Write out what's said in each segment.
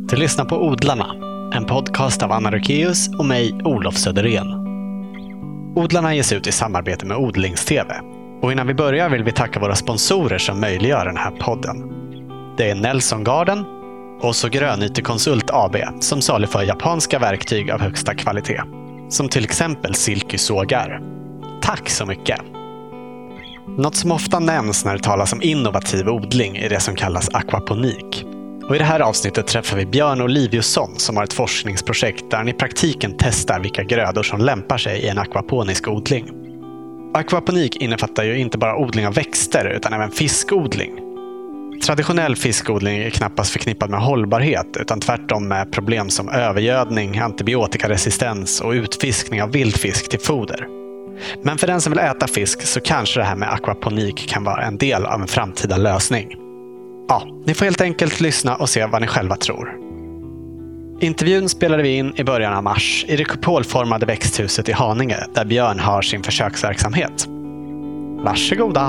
Du lyssnar på Odlarna, en podcast av Anna Rökeus och mig, Olof Söderén. Odlarna ges ut i samarbete med Odlingstv. Och innan vi börjar vill vi tacka våra sponsorer som möjliggör den här podden. Det är Nelson Garden och så Grönyte Konsult AB som saluför japanska verktyg av högsta kvalitet. Som till exempel silkesågar. Tack så mycket! Något som ofta nämns när det talas om innovativ odling är det som kallas akvaponik. Och i det här avsnittet träffar vi Björn Oliviusson som har ett forskningsprojekt där han i praktiken testar vilka grödor som lämpar sig i en akvaponisk odling. Akvaponik innefattar ju inte bara odling av växter utan även fiskodling. Traditionell fiskodling är knappast förknippad med hållbarhet utan tvärtom med problem som övergödning, antibiotikaresistens och utfiskning av vildfisk till foder. Men för den som vill äta fisk så kanske det här med akvaponik kan vara en del av en framtida lösning. Ja, ni får helt enkelt lyssna och se vad ni själva tror. Intervjun spelade vi in i början av mars i det kupolformade växthuset i Haninge där Björn har sin försöksverksamhet. Varsågoda!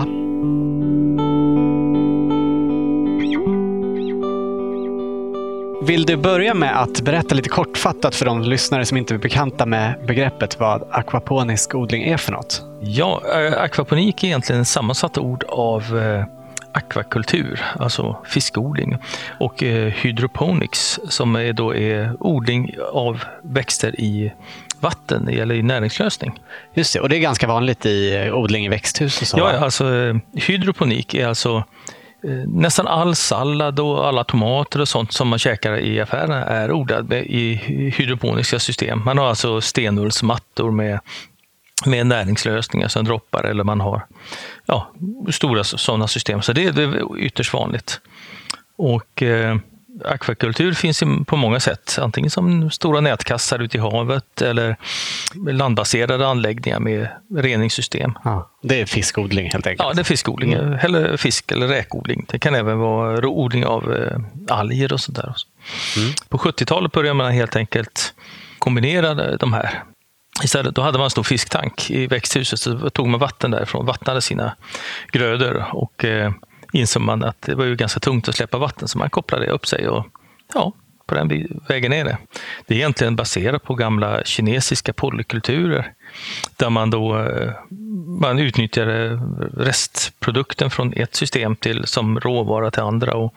Vill du börja med att berätta lite kortfattat för de lyssnare som inte är bekanta med begreppet vad akvaponisk odling är för något? Ja, akvaponik är egentligen ett sammansatt ord av akvakultur, alltså fiskodling, och hydroponics som är odling av växter i vatten eller i näringslösning. Just det, och det är ganska vanligt i odling i växthus och så. Ja, alltså hydroponik är alltså nästan all sallad och alla tomater och sånt som man käkar i affärerna är odlad i hydroponiska system. Man har alltså stenullsmattor med näringslösningar som droppar eller man har stora sådana system. Så det är ytterst vanligt. Och akvakultur finns på många sätt. Antingen som stora nätkassar ute i havet eller landbaserade anläggningar med reningssystem. Ja, det är fiskodling helt enkelt. Ja, det är fiskodling. Eller fisk- eller räkodling. Det kan även vara odling av alger och sånt där. På 70-talet började man helt enkelt kombinera de här. Istället, då hade man en stor fisktank i växthuset så tog man vatten därifrån, vattnade sina grödor och insåg man att det var ju ganska tungt att släppa vatten så man kopplade det upp sig och på den vägen är det. Det är egentligen baserat på gamla kinesiska polykulturer där man utnyttjade restprodukten från ett system som råvara till andra och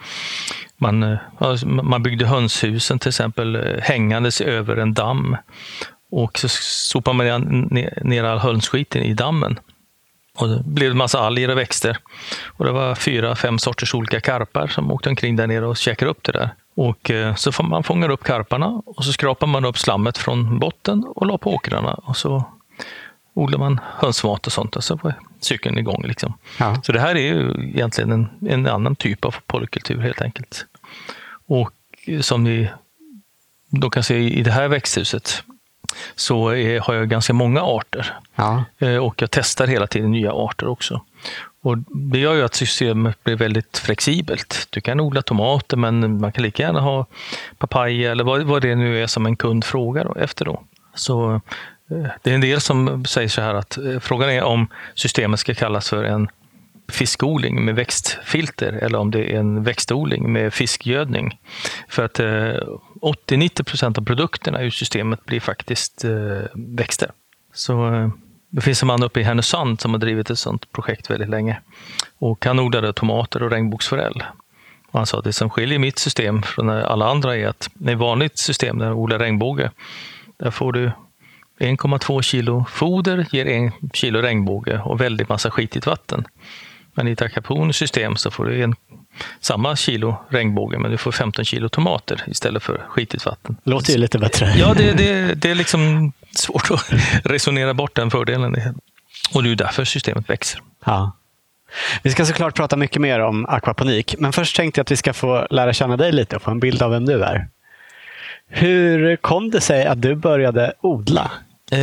man byggde hönshusen till exempel hängandes över en damm. Och så sopar man ner all hönsskiten i dammen. Och det blev en massa alger och växter. Och det var 4-5 sorters olika karpar som åkte omkring där nere och käkade upp det där. Och så får man fånga upp karparna och så skrapar man upp slammet från botten och la på åkrarna. Och så odlar man hönsmat och sånt och så var cykeln igång liksom. Ja. Så det här är ju egentligen en annan typ av polykultur helt enkelt. Och som ni då kan se i det här växthuset så har jag ganska många arter. Ja. Och jag testar hela tiden nya arter också. Och det gör ju att systemet blir väldigt flexibelt. Du kan odla tomater men man kan lika gärna ha papaya eller vad det nu är som en kund frågar efter då. Så det är en del som säger så här att frågan är om systemet ska kallas för en fiskodling med växtfilter eller om det är en växtodling med fiskgödning. För att 80-90% av produkterna i systemet blir faktiskt växter. Så det finns en man uppe i Härnösand som har drivit ett sådant projekt väldigt länge. Och han odlade tomater och regnbågsforell. Och han sa att det som skiljer mitt system från alla andra är att i vanligt system där jag odlar regnbåge där får du 1,2 kilo foder ger 1 kilo regnbåge och väldigt massa skitigt vatten. Men i ett akvaponisystem så får du samma kilo regnbåge men du får 15 kilo tomater istället för skitigt vatten. Låter ju lite bättre. Ja, det är liksom svårt att resonera bort den fördelen. Och det är därför systemet växer. Ja. Vi ska såklart prata mycket mer om akvaponik. Men först tänkte jag att vi ska få lära känna dig lite och få en bild av vem du är. Hur kom det sig att du började odla?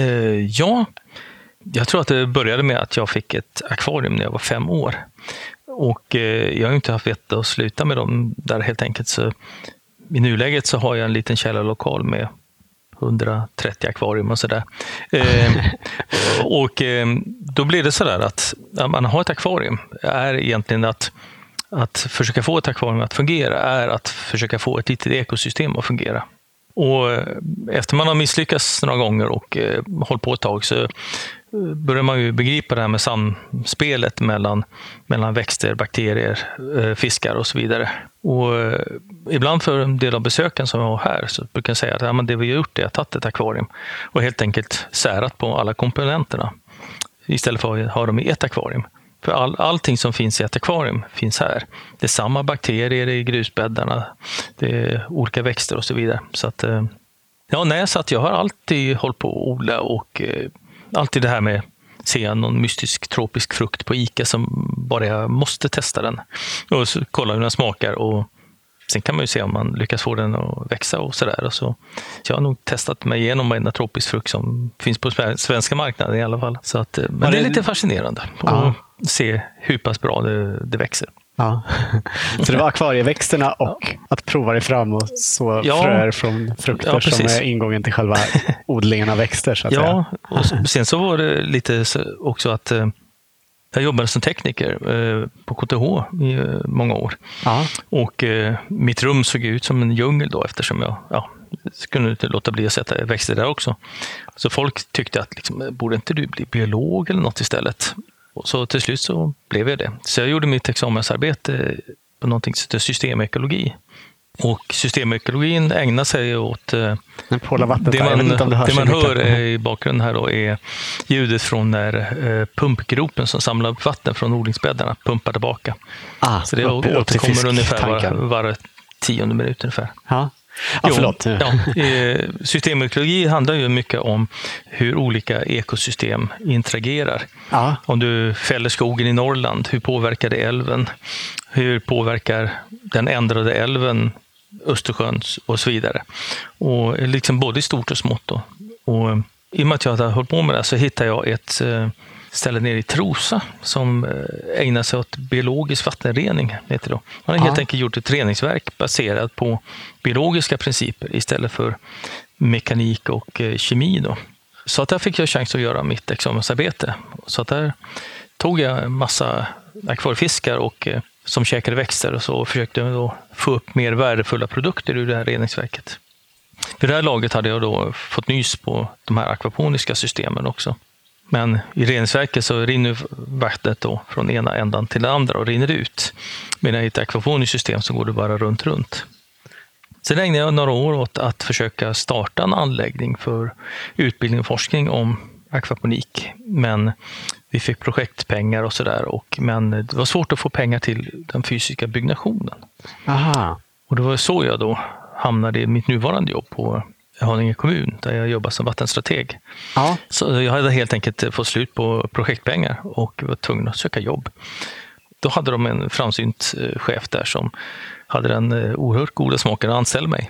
Jag tror att det började med att jag fick ett akvarium när jag var 5 år. Och jag har inte haft vett att sluta med dem där helt enkelt. Så i nuläget så har jag en liten källarlokal med 130 akvarium och sådär. Och då blir det sådär att man har ett akvarium är egentligen att att försöka få ett akvarium att fungera är att försöka få ett litet ekosystem att fungera. Och efter man har misslyckats några gånger och hållit på ett tag så börjar man ju begripa det här med samspelet mellan växter, bakterier, fiskar och så vidare. Och ibland för en del av besöken som jag har här så brukar jag säga att men det vi har gjort är att tagit ett akvarium och helt enkelt särat på alla komponenterna istället för att ha dem i ett akvarium. För allting som finns i ett akvarium finns här. Det är samma bakterier i grusbäddarna, det är olika växter och så vidare. Så att, jag har alltid hållit på att odla och alltid det här med se någon mystisk tropisk frukt på Ica som bara jag måste testa den och så kolla hur den smakar och sen kan man ju se om man lyckas få den att växa och sådär. Så jag har nog testat mig igenom en tropisk frukt som finns på svenska marknaden i alla fall. Så att, men det är lite fascinerande att se hur pass bra det växer. Ja. Så det var akvarieväxterna och att prova dig fram och så fröer från frukter som är ingången till själva odlingen av växter. Så att säga. Och sen så var det lite också att jag jobbade som tekniker på KTH i många år. Och mitt rum såg ut som en djungel då eftersom jag kunde inte låta bli att sätta växter där också. Så folk tyckte att borde inte du bli biolog eller något istället? Och så till slut så blev jag det. Så jag gjorde mitt examensarbete på någonting som heter systemekologi. Och systemekologin ägnar sig åt det man hör i bakgrunden här då är ljudet från när pumpgropen som samlar upp vatten från odlingsbäddarna pumpar tillbaka. Så det återkommer ungefär var 10:e minut ungefär. Systemekologi handlar ju mycket om hur olika ekosystem interagerar. Om du fäller skogen i Norrland, hur påverkar det älven? Hur påverkar den ändrade älven Östersjön och så vidare? Och både i stort och smått då. Och i och med att jag hade hållit på med det så hittade jag ett ställe nere i Trosa som ägnar sig åt biologisk vattenrening. Heter det. Man har helt enkelt gjort ett reningsverk baserat på biologiska principer istället för mekanik och kemi. Då. Så att där fick jag chans att göra mitt examensarbete. Så att där tog jag en massa akvariefiskar och som käkade växter och så försökte jag då få upp mer värdefulla produkter ur det här reningsverket. Vid det här laget hade jag då fått nys på de här akvaponiska systemen också. Men i reningsverket så rinner vattnet då från ena ändan till den andra och rinner ut. Medan i ett akvaponiskt system så går det bara runt. Sen ägnade jag några år åt att försöka starta en anläggning för utbildning och forskning om akvaponik. Men vi fick projektpengar och sådär. Men det var svårt att få pengar till den fysiska byggnationen. Och det var så jag då hamnade i mitt nuvarande jobb på Haninge kommun där jag jobbar som vattenstrateg. Så jag hade helt enkelt fått slut på projektpengar och var tvungen att söka jobb. Då hade de en framsynt chef där som hade den oerhört goda smaken att anställa mig.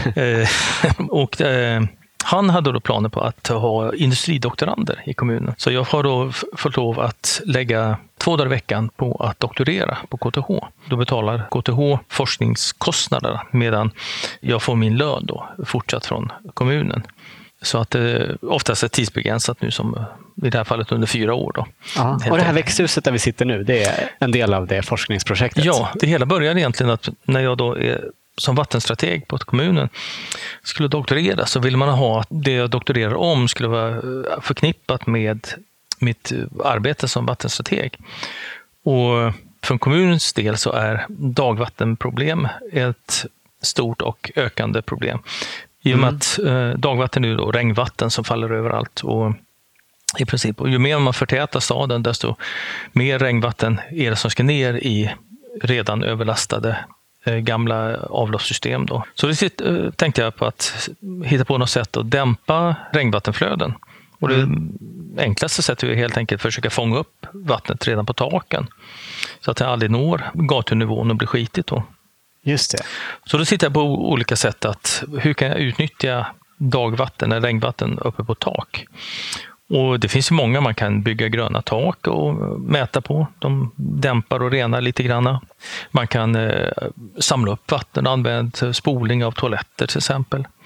Han hade då planer på att ha industridoktorander i kommunen. Så jag har då fått lov att lägga 2 dagar i veckan på att doktorera på KTH. Då betalar KTH forskningskostnaderna medan jag får min lön då fortsatt från kommunen. Så att det oftast är tidsbegränsat nu som i det här fallet under 4 år. Då. Och det här växthuset där vi sitter nu, det är en del av det forskningsprojektet? Ja, det hela började egentligen att när jag då är som vattenstrateg på kommunen skulle doktorera så ville man ha att det jag doktorerar om skulle vara förknippat med mitt arbete som vattenstrateg. Och för kommunens del så är dagvattenproblem ett stort och ökande problem. I och med att dagvatten är då regnvatten som faller överallt och i princip. Och ju mer man förtätar staden desto mer regnvatten är det som ska ner i redan överlastade gamla avloppssystem. Då. Så det tänkte jag på att hitta på något sätt att dämpa regnvattenflöden. Och det enklaste sättet är helt enkelt att försöka fånga upp vattnet redan på taken. Så att det aldrig når gatunivån och blir skitigt då. Just det. Så då tittar jag på olika sätt att hur kan jag utnyttja dagvatten eller regnvatten uppe på tak. Och det finns ju många man kan bygga gröna tak och mäta på. De dämpar och renar lite grann. Man kan samla upp vatten och använda spolning av toaletter till exempel.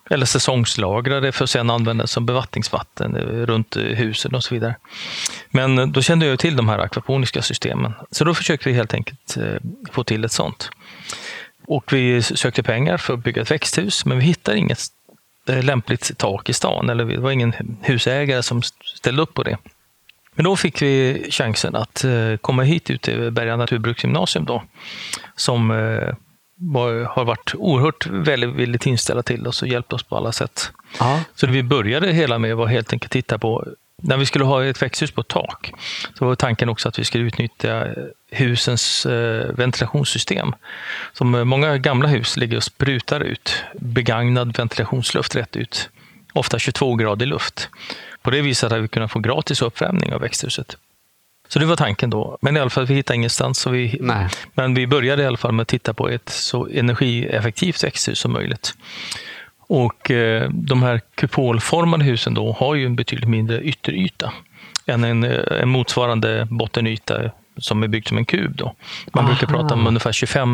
eller säsongslagrade för att sedan användas som bevattningsvatten runt husen och så vidare. Men då kände jag till de här akvaponiska systemen. Så då försökte vi helt enkelt få till ett sånt. Och vi sökte pengar för att bygga ett växthus, men vi hittade inget lämpligt tak i stan. Eller det var ingen husägare som ställde upp på det. Men då fick vi chansen att komma hit ut till Berga naturbruksgymnasium då, som har varit oerhört välvilligt inställda till oss och hjälpt oss på alla sätt. Ja. Så det vi började hela med var helt enkelt titta på, när vi skulle ha ett växthus på tak, så var tanken också att vi skulle utnyttja husens ventilationssystem. Som många gamla hus ligger och sprutar ut begagnad ventilationsluft rätt ut. Ofta 22-gradig luft. På det viset att vi kunde få gratis uppvärmning av växthuset. Så det var tanken då. Men i alla fall, vi hittade ingenstans. Men vi började i alla fall med att titta på ett så energieffektivt växthus som möjligt. Och de här kupolformade husen då har ju en betydligt mindre ytteryta än en motsvarande bottenyta som är byggd som en kub då. Man brukar prata om ungefär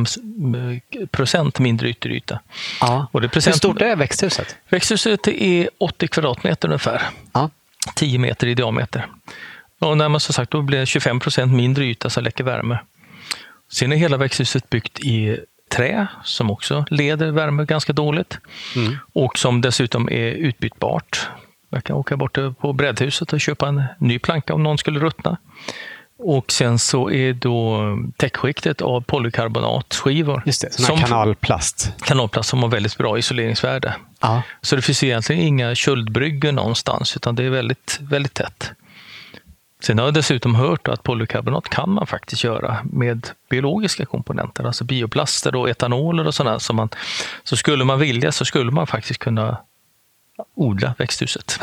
25% mindre ytteryta. Och hur stort är växthuset? Växthuset är 80 kvadratmeter ungefär. 10 meter i diameter. Och när man så sagt, då blir det 25% mindre yta som läcker värme. Sen är hela växthuset byggt i trä som också leder värme ganska dåligt. Och som dessutom är utbytbart. Jag kan åka bort på brädhuset och köpa en ny planka om någon skulle ruttna. Och sen så är då täckskiktet av polykarbonatskivor. Just det, som kanalplast. Kanalplast som har väldigt bra isoleringsvärde. Så det finns egentligen inga köldbryggor någonstans, utan det är väldigt, väldigt tätt. Sen har jag dessutom hört att polykarbonat kan man faktiskt göra med biologiska komponenter, alltså bioplaster och etanoler och sådär. Så skulle man vilja så skulle man faktiskt kunna odla växthuset.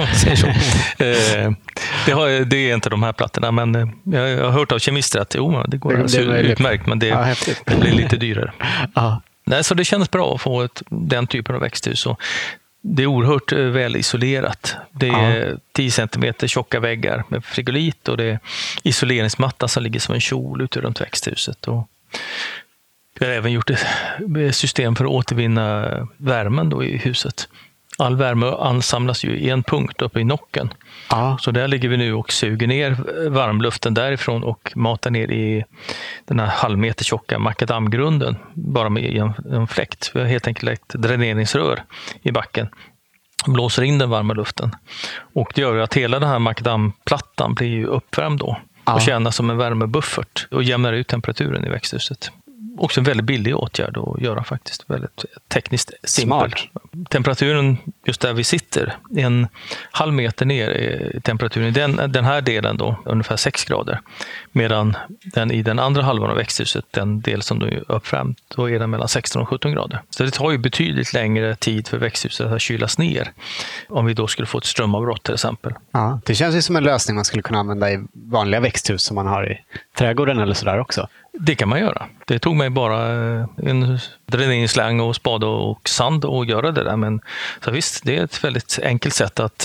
Det är inte de här plattorna, men jag har hört av kemister att det går utmärkt, men det blir lite dyrare. Nej, så det känns bra att få den typen av växthus. Och det är oerhört väl isolerat. Det är 10 cm tjocka väggar med frigolit och det är isoleringsmatta som ligger som en kjol ute runt växthuset. Och vi har även gjort ett system för att återvinna värmen då i huset. All värme ansamlas ju i en punkt uppe i nocken. Så där ligger vi nu och suger ner varmluften därifrån och matar ner i den här halvmeter tjocka makadamgrunden bara med en fläkt. Vi har helt enkelt lagt dräneringsrör i backen och blåser in den varma luften. Och det gör att hela den här makadamplattan blir ju uppvärmd då och tjänar som en värmebuffert och jämnar ut temperaturen i växthuset. Också en väldigt billig åtgärd att göra faktiskt. Väldigt tekniskt simpel. Temperaturen just där vi sitter, en halv meter ner är temperaturen i den här delen då ungefär 6 grader. Medan den i den andra halvan av växthuset, den del som då är uppvärmd, då är den mellan 16 och 17 grader. Så det tar ju betydligt längre tid för växthuset att kylas ner. Om vi då skulle få ett strömavbrott till exempel. Det känns ju som en lösning man skulle kunna använda i vanliga växthus som man har i trädgården eller sådär också. Det kan man göra. Det tog mig bara en dräneringsslang och spade och sand att göra det där. Men så visst, det är ett väldigt enkelt sätt att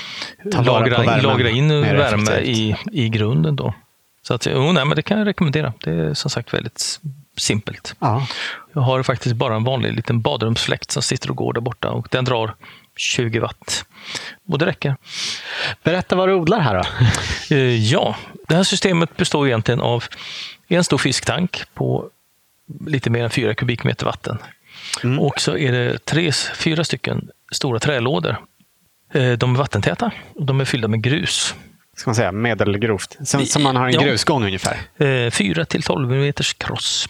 lagra in värme i grunden då. Så att, men det kan jag rekommendera. Det är som sagt väldigt simpelt. Jag har faktiskt bara en vanlig liten badrumsfläkt som sitter och går där borta och den drar 20 watt. Och det räcker. Berätta vad du odlar här då. Det här systemet består egentligen av en stor fisktank på lite mer än 4 kubikmeter vatten. Och så är det 4 stycken stora trälådor. De är vattentäta och de är fyllda med grus. Ska man säga medelgrovt? Som man har en grusgång ungefär? 4-12 meters kross.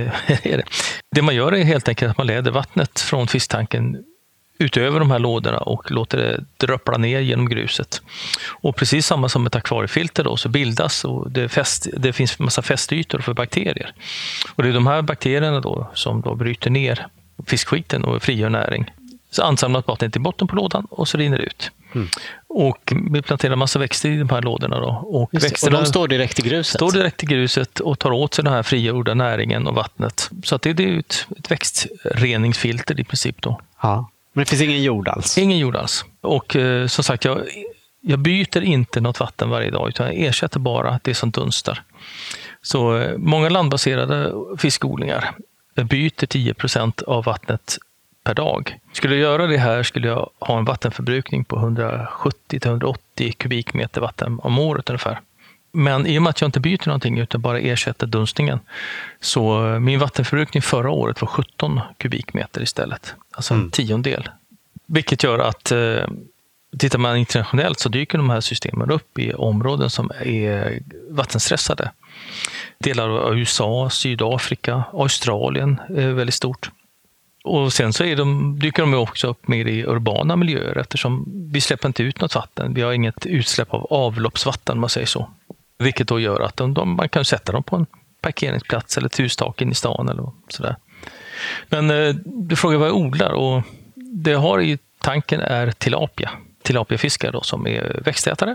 Det man gör är helt enkelt att man leder vattnet från fisktanken utöver de här lådorna och låter det droppla ner genom gruset. Och precis samma som ett akvariefilter då, så bildas och det finns massa fästytor för bakterier. Och det är de här bakterierna då som då bryter ner fiskskiten och frigör näring. Så ansamlat vattnet i botten på lådan och så rinner det ut. Och vi planterar massa växter i de här lådorna då. Och de står direkt i gruset? Står direkt i gruset och tar åt sig den här frigjorda näringen och vattnet. Så att det är ett växtreningsfilter i princip då. Men det finns ingen jord alls? Ingen jord alls. Och som sagt, jag byter inte något vatten varje dag utan jag ersätter bara det som dunstar. Så många landbaserade fiskodlingar byter 10% av vattnet per dag. Skulle jag göra det här skulle jag ha en vattenförbrukning på 170-180 kubikmeter vatten om året ungefär. Men i och med att jag inte byter någonting utan bara ersätter dunstningen, så min vattenförbrukning förra året var 17 kubikmeter istället. Alltså en tiondel. Vilket gör att tittar man internationellt så dyker de här systemen upp i områden som är vattenstressade. Delar av USA, Sydafrika, Australien är väldigt stort. Och sen så dyker de också upp mer i urbana miljöer eftersom vi släpper inte ut något vatten. Vi har inget utsläpp av avloppsvatten, om man säger så. Vilket då gör att man kan sätta dem på en parkeringsplats eller ett hustak in i stan eller sådär. Men du frågar vad jag odlar, och det jag har i tanken är tilapia. Tilapiafiskar då, som är växtätare.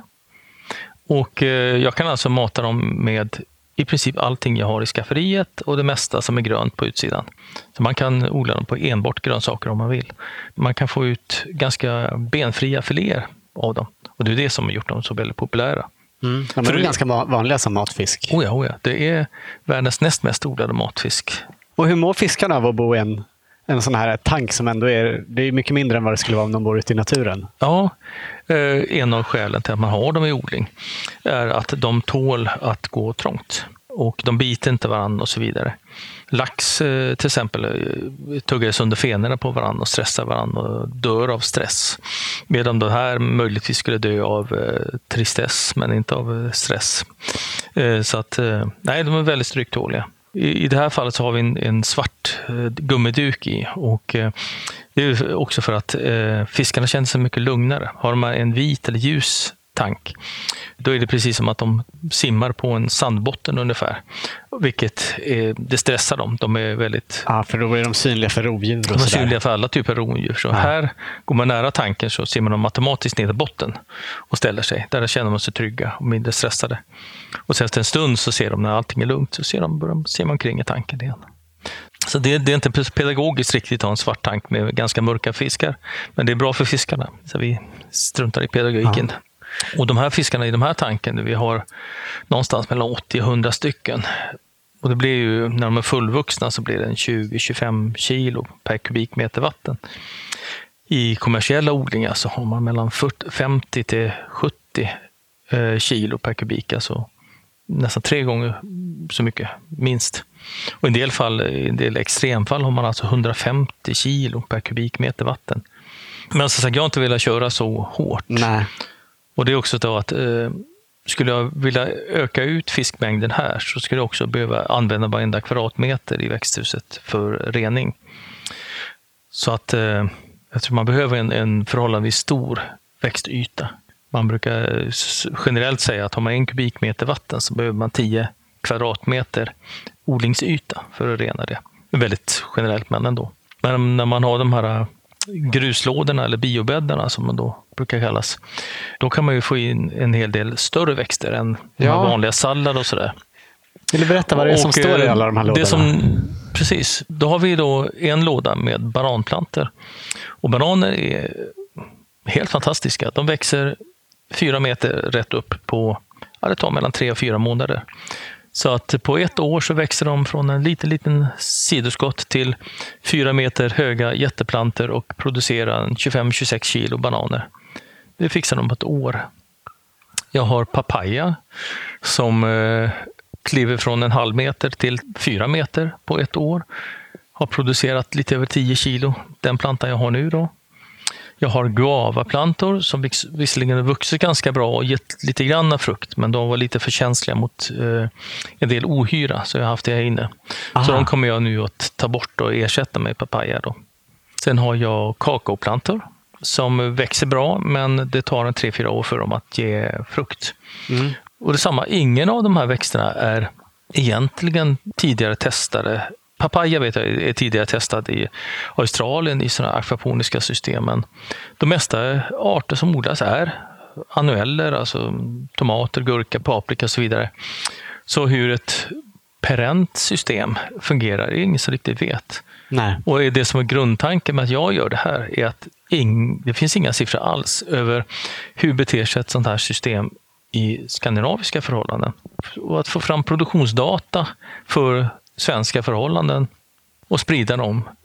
Och jag kan alltså mata dem med i princip allting jag har i skafferiet och det mesta som är grönt på utsidan. Så man kan odla dem på enbart grönsaker om man vill. Man kan få ut ganska benfria filéer av dem. Och det är det som har gjort dem så väldigt populära. De är ganska vanliga som matfisk. Oh ja. Det är världens näst mest odlade matfisk. Och hur mår fiskarna av att bo i en sån här tank som ändå det är mycket mindre än vad det skulle vara om de bor ute i naturen? Ja, en av skälen till att man har dem i odling är att de tål att gå trångt. Och de biter inte varandra och så vidare. Lax till exempel tuggar under fenorna på varandra och stressar varandra och dör av stress. Medan de här möjligtvis skulle dö av tristess men inte av stress. Så att nej, de är väldigt stryktåliga. I det här fallet så har vi en svart gummiduk i, och det är också för att fiskarna känner sig mycket lugnare. Har man en vit eller ljus tank, då är det precis som att de simmar på en sandbotten ungefär. Vilket det stressar dem. De är väldigt... Ja, för då är de synliga för rovdjur. De är synliga för alla typer av rovdjur. Så här går man nära tanken så simmar de automatiskt ner i botten och ställer sig. Där känner de sig trygga och mindre stressade. Och sen efter en stund så ser de, när allting är lugnt, så ser man omkring i tanken igen. Så det är inte pedagogiskt riktigt att ha en svart tank med ganska mörka fiskar. Men det är bra för fiskarna. Så vi struntar i pedagogiken. Ja. Och de här fiskarna i de här tanken, vi har någonstans mellan 80 och 100 stycken. Och det blir ju, när de är fullvuxna så blir det 20-25 kilo per kubikmeter vatten. I kommersiella odlingar så har man mellan 50 till 70 kilo per kubik, alltså nästan 3 gånger så mycket, minst. Och i en del extremfall har man alltså 150 kilo per kubikmeter vatten. Men så sagt, jag har inte velat köra så hårt. Nej. Och det är också då att skulle jag vilja öka ut fiskmängden här så skulle jag också behöva använda varenda kvadratmeter i växthuset för rening. Så att jag tror man behöver en förhållandevis stor växtyta. Man brukar generellt säga att har man 1 kubikmeter vatten så behöver man 10 kvadratmeter odlingsyta för att rena det. Väldigt generellt, men ändå. Men när man har de här gruslådorna eller biobäddarna som man då brukar kallas, då kan man ju få in en hel del större växter än de vanliga sallad och sådär. Vill du berätta vad det är som står i alla de här lådorna? Precis, då har vi då en låda med bananplantor. Och bananer är helt fantastiska. De växer 4 meter rätt upp på, det tar mellan 3 och 4 månader. Så att på 1 år så växer de från en liten sidoskott till 4 meter höga jätteplantor och producerar 25-26 kilo bananer. Det fixar de på 1 år. Jag har papaya som kliver från 1,5 meter till 4 meter på 1 år. Har producerat lite över 10 kilo, den plantan jag har nu då. Jag har guavaplantor som visserligen har vuxit ganska bra och gett lite grann frukt, men de var lite för känsliga mot en del ohyra, så jag har haft det här inne. Aha. Så de kommer jag nu att ta bort och ersätta med papaya då. Sen har jag kakaoplantor som växer bra, men det tar 3-4 år för dem att ge frukt. Mm. Och detsamma, ingen av de här växterna är egentligen tidigare testade. Papaya vet jag är tidigare testad i Australien i sådana akvaponiska systemen. De mesta arter som odlas är annueller, alltså tomater, gurka, paprika och så vidare. Så hur ett perent system fungerar är ingen som riktigt vet. Nej. Och det som är grundtanken med att jag gör det här är att det finns inga siffror alls över hur beter sig ett sånt här system i skandinaviska förhållanden. Och att få fram produktionsdata för svenska förhållanden och sprida dem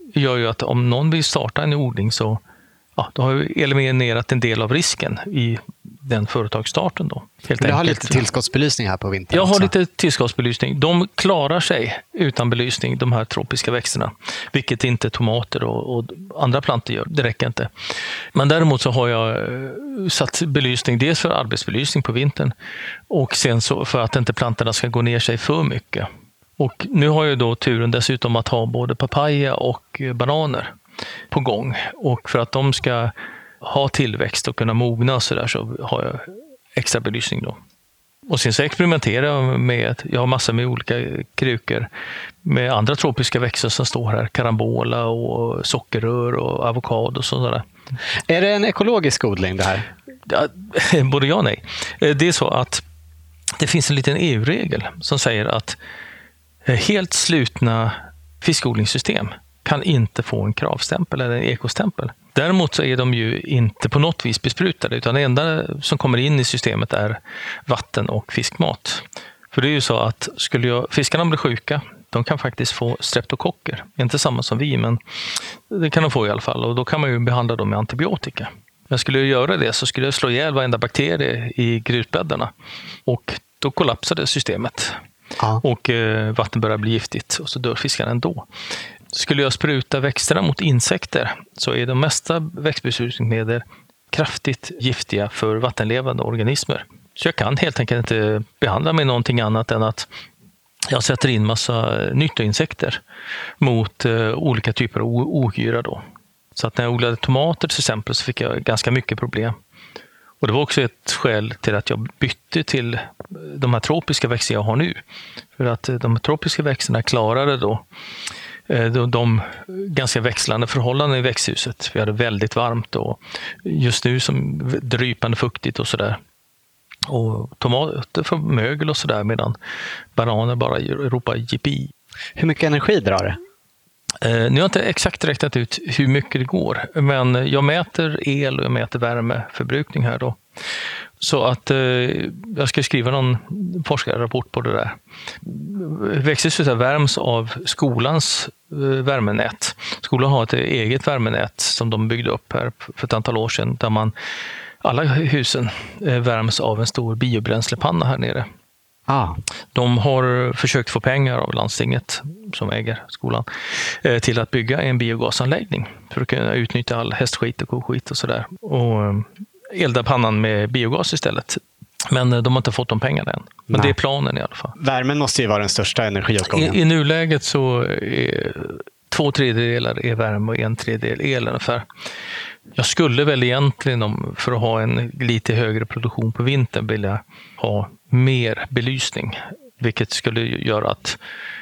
gör ju att om någon vill starta en odling så då har vi eliminerat en del av risken i den företagsstarten. Då, helt du har lite tillskottsbelysning här på vintern. Jag också. har lite tillskottsbelysning. De klarar sig utan belysning, de här tropiska växterna. Vilket inte tomater och andra plantor gör. Det räcker inte. Men däremot så har jag satt belysning, dels för arbetsbelysning på vintern och sen så för att inte plantorna ska gå ner sig för mycket. Och nu har jag då turen dessutom att ha både papaya och bananer på gång. Och för att de ska ha tillväxt och kunna mogna så har jag extra belysning då. Och sen så experimenterar jag med, jag har massor med olika krukor med andra tropiska växter som står här. Karambola och sockerrör och avokado och sådär. Är det en ekologisk odling det här? Ja, både ja och nej. Det är så att det finns en liten EU-regel som säger att helt slutna fiskodlingssystem kan inte få en kravstämpel eller en ekostämpel. Däremot så är de ju inte på något vis besprutade utan det enda som kommer in i systemet är vatten och fiskmat. För det är ju så att fiskarna blir sjuka, de kan faktiskt få streptokocker. Inte samma som vi, men det kan de få i alla fall och då kan man ju behandla dem med antibiotika. Men skulle jag göra det så skulle jag slå ihjäl varenda bakterie i grusbäddarna och då kollapsade systemet. Ja. Och vatten börjar bli giftigt och så dör fiskarna ändå. Skulle jag spruta växterna mot insekter så är de mesta växtbesprutningsmedel kraftigt giftiga för vattenlevande organismer. Så jag kan helt enkelt inte behandla med någonting annat än att jag sätter in massa nyttoinsekter mot olika typer av ohyra då. Så att när jag odlade tomater till exempel så fick jag ganska mycket problem. Och det var också ett skäl till att jag bytte till de här tropiska växter jag har nu. För att de tropiska växterna klarade då de ganska växlande förhållanden i växthuset. Vi hade väldigt varmt och just nu som drypande fuktigt och sådär. Och tomater får mögel och sådär medan bananer bara ropar jippi. Hur mycket energi drar det? Nu har jag inte exakt räknat ut hur mycket det går, men jag mäter el och jag mäter värmeförbrukning här då. Så att jag ska skriva någon forskarrapport på det där. Växthuset värms av skolans värmenät. Skolan har ett eget värmenät som de byggde upp här för ett antal år sedan där alla husen värms av en stor biobränslepanna här nere. De har försökt få pengar av landstinget som äger skolan till att bygga en biogasanläggning för att kunna utnyttja all hästskit och koskit och sådär och elda pannan med biogas istället. Men de har inte fått de pengarna än. Men det är planen i alla fall. Värmen måste ju vara den största energiåtgången. I nuläget så är 2/3 är värme och 1/3 el ungefär. Jag skulle väl egentligen för att ha en lite högre produktion på vintern vilja ha mer belysning. Vilket skulle göra att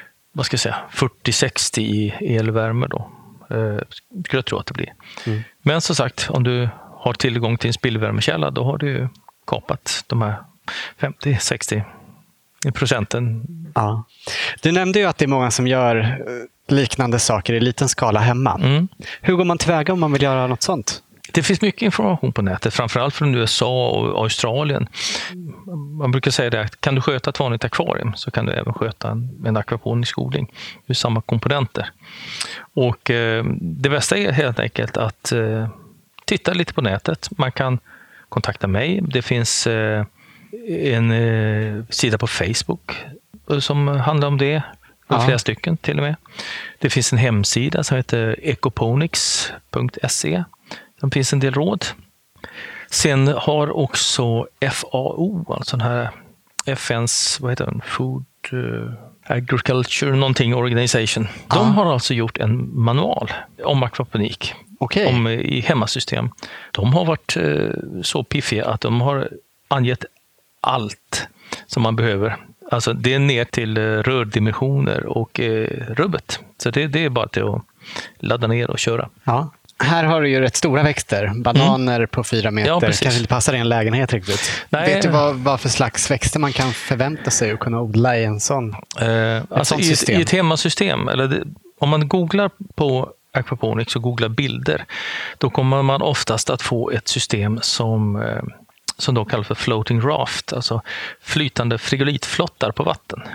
40-60 i elvärme då. Skulle jag tro att det blir. Men som sagt, om du har tillgång till en spillvärmekälla då har du kapat de här 50-60%. Ja. Du nämnde ju att det är många som gör liknande saker i liten skala hemma. Hur går man tillväga om man vill göra något sånt? Det finns mycket information på nätet, framförallt från USA och Australien. Man brukar säga det, kan du sköta ett vanligt akvarium så kan du även sköta en akvaponisk odling. Det är samma komponenter. Och det bästa är helt enkelt att titta lite på nätet. Man kan kontakta mig. Det finns en sida på Facebook som handlar om det. Flera stycken till och med. Det finns en hemsida som heter ecoponics.se. Det finns en del råd. Sen har också FAO, alltså den här FNs Food Agriculture någonting Organization. De har alltså gjort en manual om akvaponik. I hemmasystem. De har varit så piffiga att de har angett allt som man behöver. Alltså det är ner till rördimensioner och rubbet. Så det är bara till att ladda ner och köra. Ja. Här har du ju rätt stora växter. Bananer på 4 meter. Ja, kanske inte passar i en lägenhet riktigt. Nej. Vet du vad för slags växter man kan förvänta sig att kunna odla i en sån sånt system? I ett hemmasystem. Om man googlar på aquaponics och googlar bilder, då kommer man oftast att få ett system som då kallas för floating raft, alltså flytande frigolitflottar på vatten.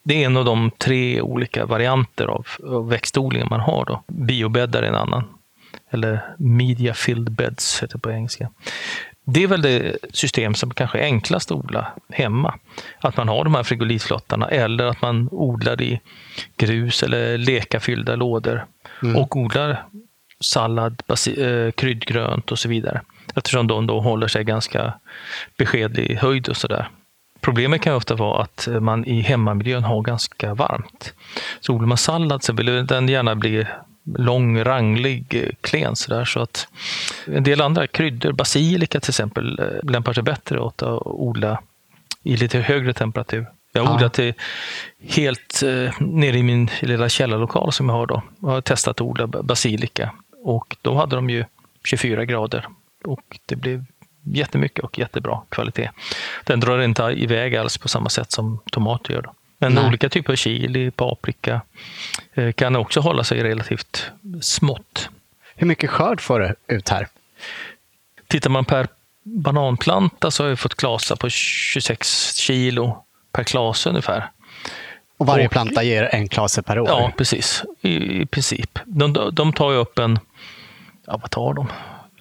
Det är en av de 3 olika varianter av växtodling man har då. Biobäddar är en annan. Eller media filled beds heter det på engelska. Det är väl det system som kanske är enklast att odla hemma. Att man har de här frigolitflottarna eller att man odlar i grus eller lekafyllda lådor och odlar sallad, kryddgrönt och så vidare. Eftersom de då håller sig ganska beskedlig höjd och sådär. Problemet kan ju ofta vara att man i hemmamiljön har ganska varmt. Så odlar man sallad så vill den gärna bli lång, ranglig, klen sådär. Så att en del andra kryddor, basilika till exempel, lämpar sig bättre åt att odla i lite högre temperatur. Jag har odlat helt nere i min lilla källarlokal som jag har då. Jag har testat att odla basilika och då hade de ju 24 grader och det blev jättemycket och jättebra kvalitet. Den drar inte iväg alls på samma sätt som tomater gör då. Men olika typer av chili, paprika kan också hålla sig relativt smått. Hur mycket skörd får du ut här? Tittar man per bananplanta så har jag fått klasa på 26 kilo per klase ungefär. Och varje planta ger en klase per år? Ja, precis. I princip. De tar ju upp vad tar de?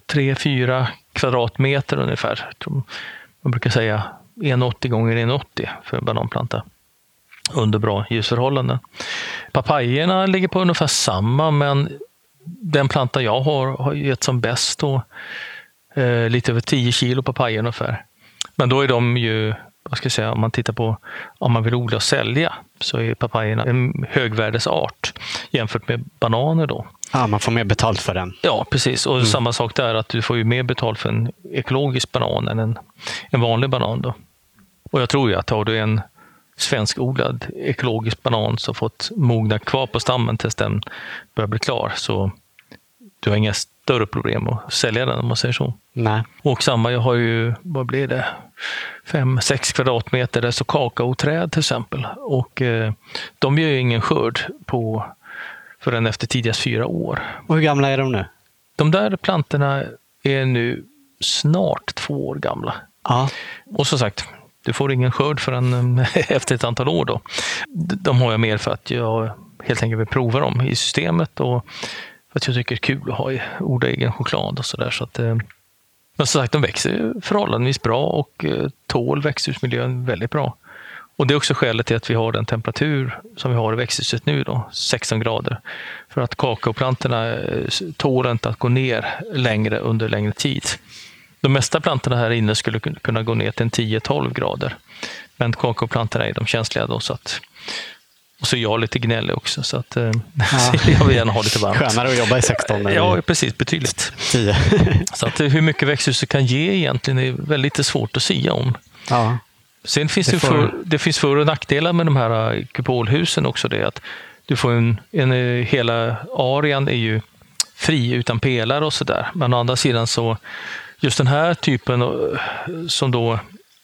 3-4 kvadratmeter ungefär. Man brukar säga 1,80 gånger 1,80 för en bananplanta. Under bra ljusförhållanden. Papajerna ligger på ungefär samma, men den planta jag har gett som bäst då lite över 10 kilo papajer ungefär. Men då är de ju, vad ska jag säga, om man tittar på om man vill odla och sälja så är papajerna en högvärdesart jämfört med bananer då. Ja, man får mer betalt för den. Ja, precis. Och samma sak där, att du får ju mer betalt för en ekologisk banan än en vanlig banan då. Och jag tror ju att har du en svenskodlad ekologisk banan som fått mogna kvar på stammen tills den börjar bli klar, så du har inga större problem att sälja den om man säger så. Nej. Och samma, jag har ju, vad blir det, 5-6 kvadratmeter där så kakaoträd till exempel, och de gör ju ingen skörd på förrän efter tidigast 4 år. Och hur gamla är de nu? De där plantorna är nu snart 2 år gamla. Ja. Och som sagt, du får ingen skörd förrän efter ett antal år då. De har jag mer för att jag helt enkelt vill prova dem i systemet och för att jag tycker det är kul att ha odla egen choklad och sådär. Så att, men som sagt, de växer förhållandevis bra och tål växthusmiljön väldigt bra. Och det är också skälet till att vi har den temperatur som vi har i växthuset nu då, 16 grader. För att kakaoplantorna tål inte att gå ner längre under längre tid. De mesta plantorna här inne skulle kunna gå ner till 10-12 grader. Men kakaoplantorna är de känsliga då, så att, och så är jag lite gnällig också, så att jag vill gärna ha lite varmt. Skönare att jobba i 16. Ja, precis, betydligt. 10. Så att hur mycket växthuset kan ge egentligen är väldigt svårt att sia om. Ja. Sen finns det finns för- och nackdelar med de här kupolhusen också, det att du får hela arean är ju fri utan pelare och sådär. Men å andra sidan så just den här typen som då,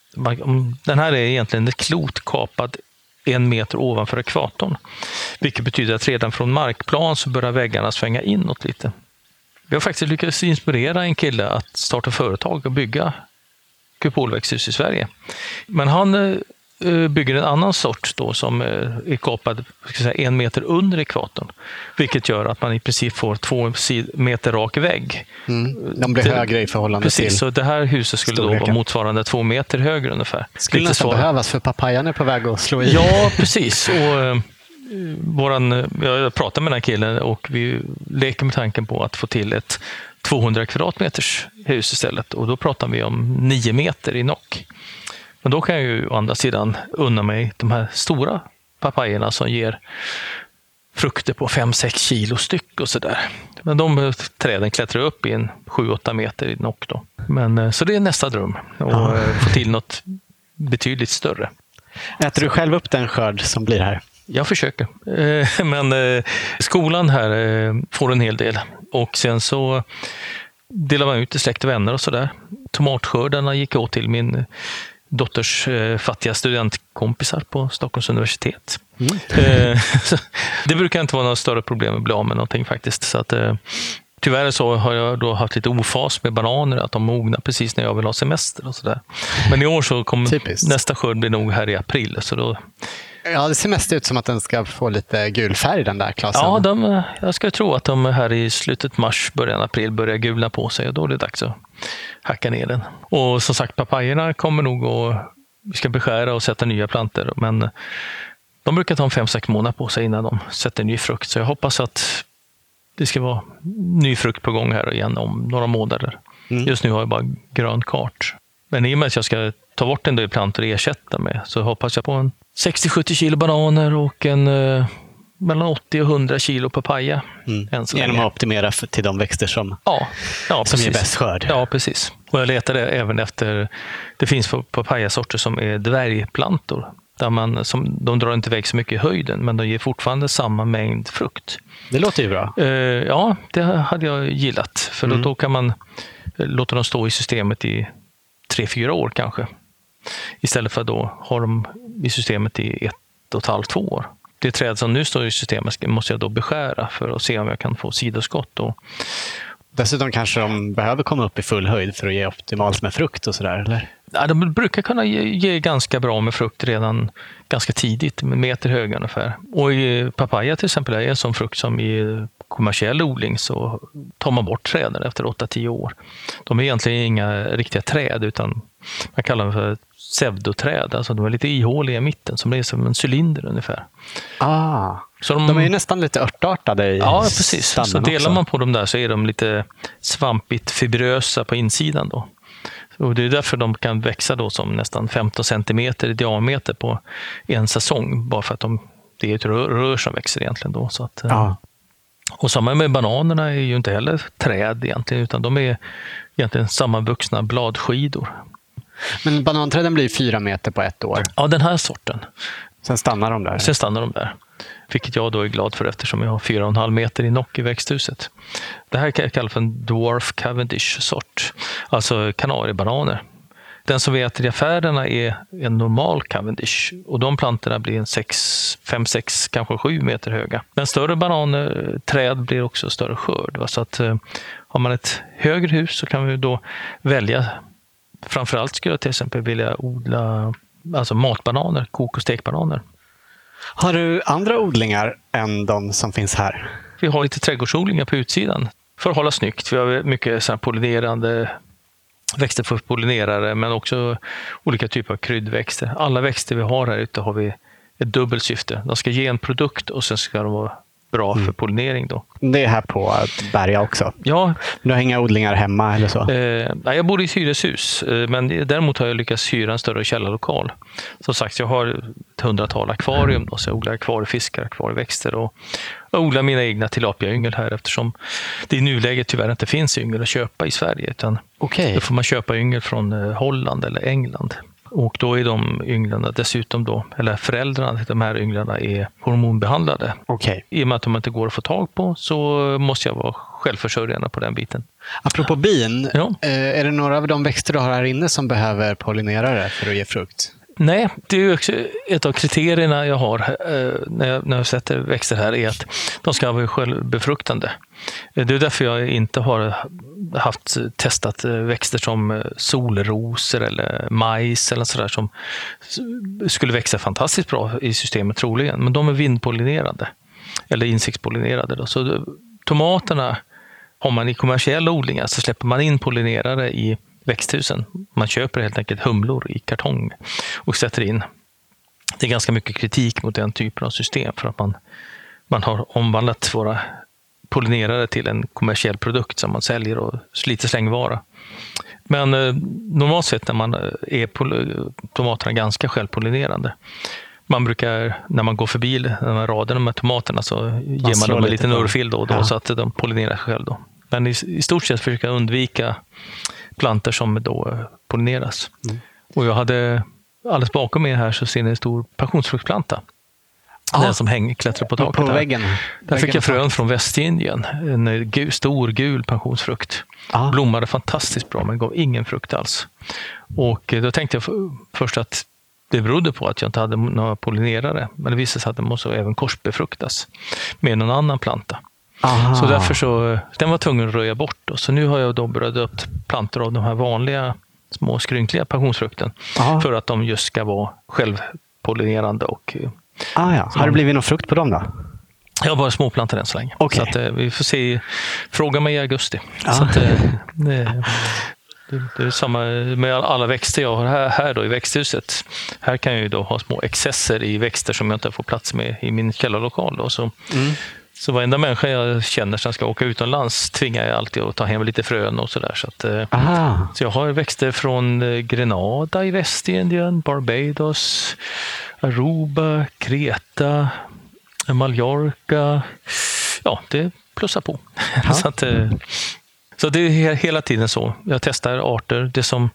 den här är egentligen ett klot kapad 1 meter ovanför ekvatorn. Vilket betyder att redan från markplan så börjar väggarna svänga inåt lite. Vi har faktiskt lyckats inspirera en kille att starta företag och bygga kupolväxthus i Sverige. Men han bygger en annan sort då som är kapad 1 meter under ekvatorn. Vilket gör att man i princip får 2 meter rak vägg. De blir högre i förhållande precis, till. Så det här huset skulle då vara motsvarande 2 meter högre ungefär. Skulle nästan behövas för papajan är på väg att slå i. Ja, precis. Och jag pratade med den här killen och vi leker med tanken på att få till ett 200 kvadratmeters hus istället. Och då pratar vi om 9 meter i nock. Men då kan jag ju å andra sidan unna mig de här stora papajerna som ger frukter på 5-6 kilo styck och sådär. Men de träden klättrar upp i 7-8 meter i nock då. Men, så det är nästa dröm. Att få till något betydligt större. Äter du själv upp den skörd som blir här? Jag försöker. Men skolan här får en hel del. Och sen så delar man ut till släkt och vänner och sådär. Tomatskördarna gick åt till min dotters fattiga studentkompisar på Stockholms universitet. Det brukar inte vara något större problem att bli av med någonting faktiskt. Så att, tyvärr så har jag då haft lite ofas med bananer, att de mognar precis när jag vill ha semester och sådär. Men i år så kommer nästa skörd bli nog här i april, så då Ja, det ser mest ut som att den ska få lite gul färg, den där klasen. Ja, jag ska tro att de här i slutet mars, början april börjar gula på sig och då är det dags att hacka ner den. Och som sagt, papajerna kommer nog att vi ska beskära och sätta nya plantor, men de brukar ta 5-6 månader på sig innan de sätter ny frukt. Så jag hoppas att det ska vara ny frukt på gång här igen om några månader. Just nu har jag bara grön kart. Men i och med att jag ska ta bort en del plantor och ersätta med, så hoppas jag på en 60-70 kilo bananer och en mellan 80 och 100 kilo papaya. Genom att optimera till de växter som ger bäst skörd. Ja, precis. Och jag letade även efter, det finns papayasorter som är dvärgplantor. Där de drar inte iväg så mycket i höjden, men de ger fortfarande samma mängd frukt. Det låter ju bra. Ja, det hade jag gillat. För då kan man låta dem stå i systemet i 3-4 år kanske. Istället för att då ha dem i systemet i 1,5-2 år. Det träd som nu står i systemet måste jag då beskära för att se om jag kan få sidoskott. Dessutom kanske de behöver komma upp i full höjd för att ge optimalt med frukt och sådär, eller? Ja, de brukar kunna ge ganska bra med frukt redan ganska tidigt, med meter höga ungefär. Och i papaya till exempel är en sån frukt som i kommersiell odling så tar man bort träden efter 8-10 år. De är egentligen inga riktiga träd, utan man kallar dem för pseudoträd. Alltså de är lite ihåliga i mitten som är som en cylinder ungefär. Så de är ju nästan lite örtartade i Ja, precis. Så delar också. man på dem där så är de lite svampigt fibrösa på insidan då. Och det är därför de kan växa då som nästan 15 centimeter i diameter på en säsong. Bara för att det är ett rör som växer egentligen då. Så att, och samma med bananerna är ju inte heller träd egentligen, utan de är egentligen sammanvuxna bladskidor. Men bananträden blir 4 meter på 1 år? Ja, den här sorten. Sen stannar de där? Sen stannar de där. Vilket jag då är glad för eftersom jag har 4,5 meter i nock i växthuset. Det här kan jag kalla för en Dwarf Cavendish-sort. Alltså kanariebananer. Den som vi äter i affärerna är en normal Cavendish. Och de plantorna blir en 5-6, kanske 7 meter höga. Men större bananträd blir också större skörd. Så att har man ett högre hus så kan vi då välja. Framförallt skulle jag till exempel vilja odla matbananer, kok- och stekbananer. Har du andra odlingar än de som finns här? Vi har lite trädgårdsodlingar på utsidan för att hålla snyggt. Vi har mycket så här pollinerande växter för pollinerare, men också olika typer av kryddväxter. Alla växter vi har här ute har vi ett dubbelt syfte. De ska ge en produkt och sen ska de vara bra för pollinering då. Det är här på Berga också? Ja. Du har inga odlingar hemma eller så? Jag bor i ett hyreshus, men däremot har jag lyckats hyra en större källarlokal. Som sagt, jag har ett 100-tal akvarium då, så jag odlar akvariefiskar, akvarieväxter och jag odlar mina egna tilapiayngel här eftersom det i nuläget tyvärr inte finns yngel att köpa i Sverige, utan då får man köpa yngel från Holland eller England. Och då är de ynglarna dessutom då, eller föräldrarna till de här ynglarna är hormonbehandlade. I och med att de inte går att få tag på så måste jag vara självförsörjande på den biten. Apropå bin, är det några av de växter du har här inne som behöver pollinerare för att ge frukt? Nej, det är ju också ett av kriterierna jag har när jag sätter växter här är att de ska vara självbefruktande. Det är därför jag inte har testat växter som solrosor eller majs eller sådär som skulle växa fantastiskt bra i systemet troligen. Men de är vindpollinerade eller insektspollinerade. Då. Så tomaterna har man i kommersiella odlingar så släpper man in pollinerare i växthusen. Man köper helt enkelt humlor i kartong och sätter in. Det är ganska mycket kritik mot den typen av system för att man har omvandlat våra pollinerare till en kommersiell produkt som man säljer och sliter slängvara. Men normalt sett när man är tomaterna ganska självpollinerande. Man brukar, när man går förbi den här raden med tomaterna så ger man dem en liten örfil då så att de pollinerar själv då. Men i stort sett försöker jag undvika planter som då pollineras. Och jag hade alldeles bakom mig här så ser ni en stor passionsfruktplanta. Den som klättrar på taket. På väggen. Där fick jag frön från Västindien. En stor gul passionsfrukt. Blommade fantastiskt bra men gav ingen frukt alls. Och då tänkte jag först att det berodde på att jag inte hade några pollinerare. Men det visade sig att den måste även korsbefruktas med någon annan planta. Så därför så, den var tvungen att röja bort. Så nu har jag då börjat upp plantor av de här vanliga små skrynkliga passionsfrukten. För att de just ska vara självpollinerande och Ja. Har det blivit någon frukt på dem då? Jag har bara småplantor än så länge. Okay. Så att, vi får se. Fråga mig i augusti. Ja. Så att, det är samma med alla växter jag har här då i växthuset. Här kan jag ju då ha små excesser i växter som jag inte får plats med i min källarlokal. Då. Så varenda människa jag känner som ska åka utomlands tvingar jag alltid att ta hem lite frön och sådär. Så jag har växter från Grenada i Västindien, Barbados, Aruba, Kreta, Mallorca. Ja, det plussar på. Så det är hela tiden så. Jag testar arter. Det som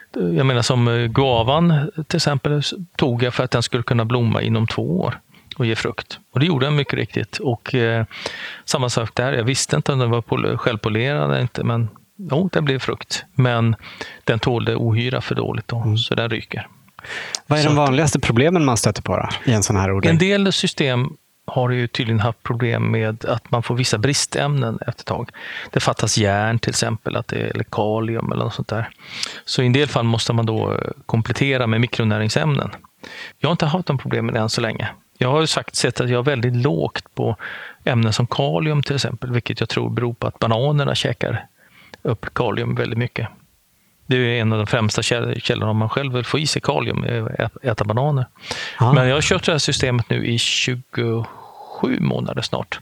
guavan till exempel tog jag för att den skulle kunna blomma inom 2 år och ge frukt. Och det gjorde den mycket riktigt. Och samma sak där. Jag visste inte om den var självpolerad inte, men den blev frukt. Men den tålde ohyra för dåligt då, så den ryker. Vad är de vanligaste problemen man stöter på då, i en sån här odling? En del system har ju tydligen haft problem med att man får vissa bristämnen efter ett tag. Det fattas järn till exempel, eller kalium eller något sånt där. Så i en del fall måste man då komplettera med mikronäringsämnen. Jag har inte haft de problemen än så länge. Jag har ju sett att jag är väldigt lågt på ämnen som kalium till exempel, vilket jag tror beror på att bananerna käkar upp kalium väldigt mycket. Det är en av de främsta källorna om man själv vill få i sig kalium, äta bananer. Men jag har kört det här systemet nu i 27 månader snart.